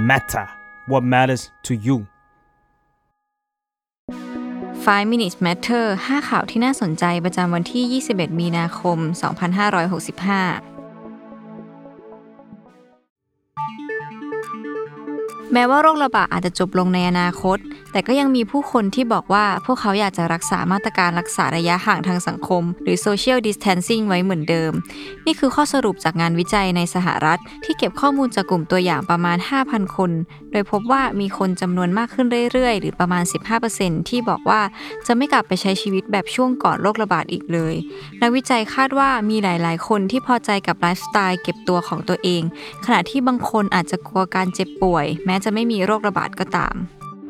matter what matters to you 5 minutes matter 5 ข่าวที่น่าสนใจประจำวันที่21มีนาคม2565แม้ว่าโรคระบาดอาจจะจบลงในอนาคตแต่ก็ยังมีผู้คนที่บอกว่าพวกเขาอยากจะรักษามาตรการรักษาระยะห่างทางสังคมหรือ social distancing ไว้เหมือนเดิมนี่คือข้อสรุปจากงานวิจัยในสหรัฐที่เก็บข้อมูลจากกลุ่มตัวอย่างประมาณ 5,000 คนโดยพบว่ามีคนจำนวนมากขึ้นเรื่อยๆหรือประมาณ 15% ที่บอกว่าจะไม่กลับไปใช้ชีวิตแบบช่วงก่อนโรคระบาดอีกเลยนักวิจัยคาดว่ามีหลายๆคนที่พอใจกับไลฟ์สไตล์เก็บตัวของตัวเองขณะที่บางคนอาจจะกลัวการเจ็บป่วยแม้จะไม่มีโรคระบาดก็ตาม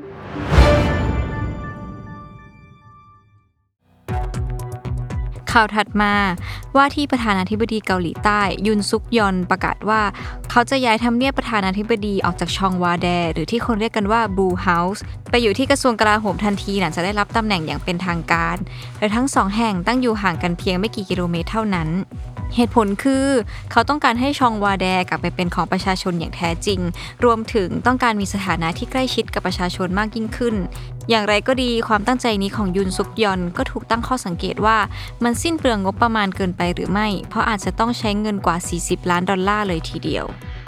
ข่าวถัดมาว่าที่ประธานาธิบดีเกาหลีใต้ยุนซุกยอนประกาศว่าเขาจะย้ายทำเนียบประธานาธิบดีออกจากชองวาแดหรือที่คนเรียกกันว่าบูเฮาส์ไปอยู่ที่กระทรวงกลาโหมทันทีหลังจากได้รับตำแหน่งอย่างเป็นทางการโดยทั้ง2แห่งตั้งอยู่ห่างกันเพียงไม่กี่กิโลเมตรเท่านั้นเหตุผลคือเขาต้องการให้ชองวาแดกลับไปเป็นของประชาชนอย่างแท้จริงรวมถึงต้องการมีสถานะที่ใกล้ชิดกับประชาชนมากยิ่งขึ้นอย่างไรก็ดีความตั้งใจนี้ของยุนซุกยอนก็ถูกตั้งข้อสังเกตว่ามันสิ้นเปลืองงบประมาณเกินไปหรือไม่เพราะอาจจะต้องใช้เงินกว่า$40 ล้านเลยทีเดีย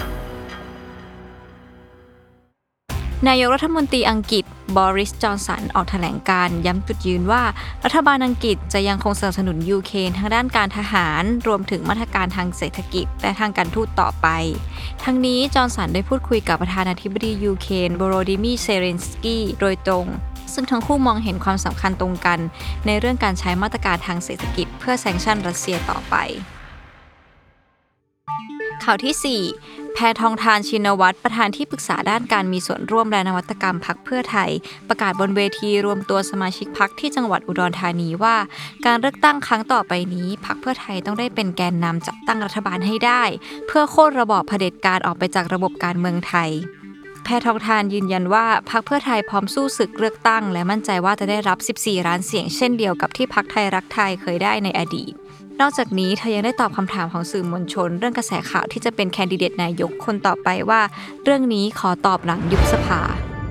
วนายกรัฐมนตรีอังกฤษบอริส จอนสันออกแถลงการย้ำจุดยืนว่ารัฐบาลอังกฤษจะยังคงสนับสนุนยูเครนทางด้านการทหารรวมถึงมาตรการทางเศรษฐกิจและทางการทูตต่อไปทั้งนี้จอนสันได้พูดคุยกับประธานาธิบดียูเครนโวโรดิมีร์ เซเลนสกี้โดยตรงซึ่งทั้งคู่มองเห็นความสำคัญตรงกันในเรื่องการใช้มาตรการทางเศรษฐกิจเพื่อแซงชั่นรัสเซียต่อไปข่าวที่4แพทองธารชินวัตรประธานที่ปรึกษาด้านการมีส่วนร่วมและนวัตกรรมพรรคเพื่อไทยประกาศบนเวทีรวมตัวสมาชิกพรรคที่จังหวัดอุดรธานีว่าการเลือกตั้งครั้งต่อไปนี้พรรคเพื่อไทยต้องได้เป็นแกนนำจัดตั้งรัฐบาลให้ได้เพื่อโค่นระบอบเผด็จการออกไปจากระบบการเมืองไทยแพทองธารยืนยันว่าพรรคเพื่อไทยพร้อมสู้ศึกเลือกตั้งและมั่นใจว่าจะได้รับ14ล้านเสียงเช่นเดียวกับที่พรรคไทยรักไทยเคยได้ในอดีตนอกจากนี้เธอยังได้ตอบคำถามของสื่อมวลชนเรื่องกระแสข่าวที่จะเป็นแคนดิเดตนายกคนต่อไปว่าเรื่องนี้ขอตอบหลังยุบสภา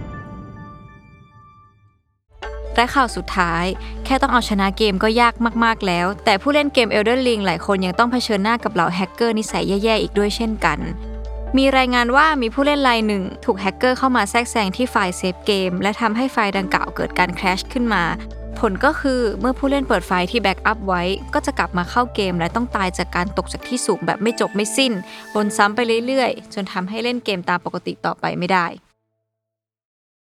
และข่าวสุดท้ายแค่ต้องเอาชนะเกมก็ยากมากๆแล้วแต่ผู้เล่นเกม Elden Ring หลายคนยังต้องเผชิญหน้ากับเหล่าแฮกเกอร์นิสัยแย่ๆอีกด้วยเช่นกันมีรายงานว่ามีผู้เล่นรายหนึ่งถูกแฮกเกอร์เข้ามาแทรกแซงที่ไฟล์เซฟเกมและทำให้ไฟล์ดังกล่าวเกิดการแครชขึ้นมาผลก็คือเมื่อผู้เล่นเปิดไฟล์ที่แบ็กอัพไว้ก็จะกลับมาเข้าเกมและต้องตายจากการตกจากที่สูงแบบไม่จบไม่สิ้นวนซ้ำไปเรื่อยๆจนทำให้เล่นเกมตามปกติต่อไปไม่ได้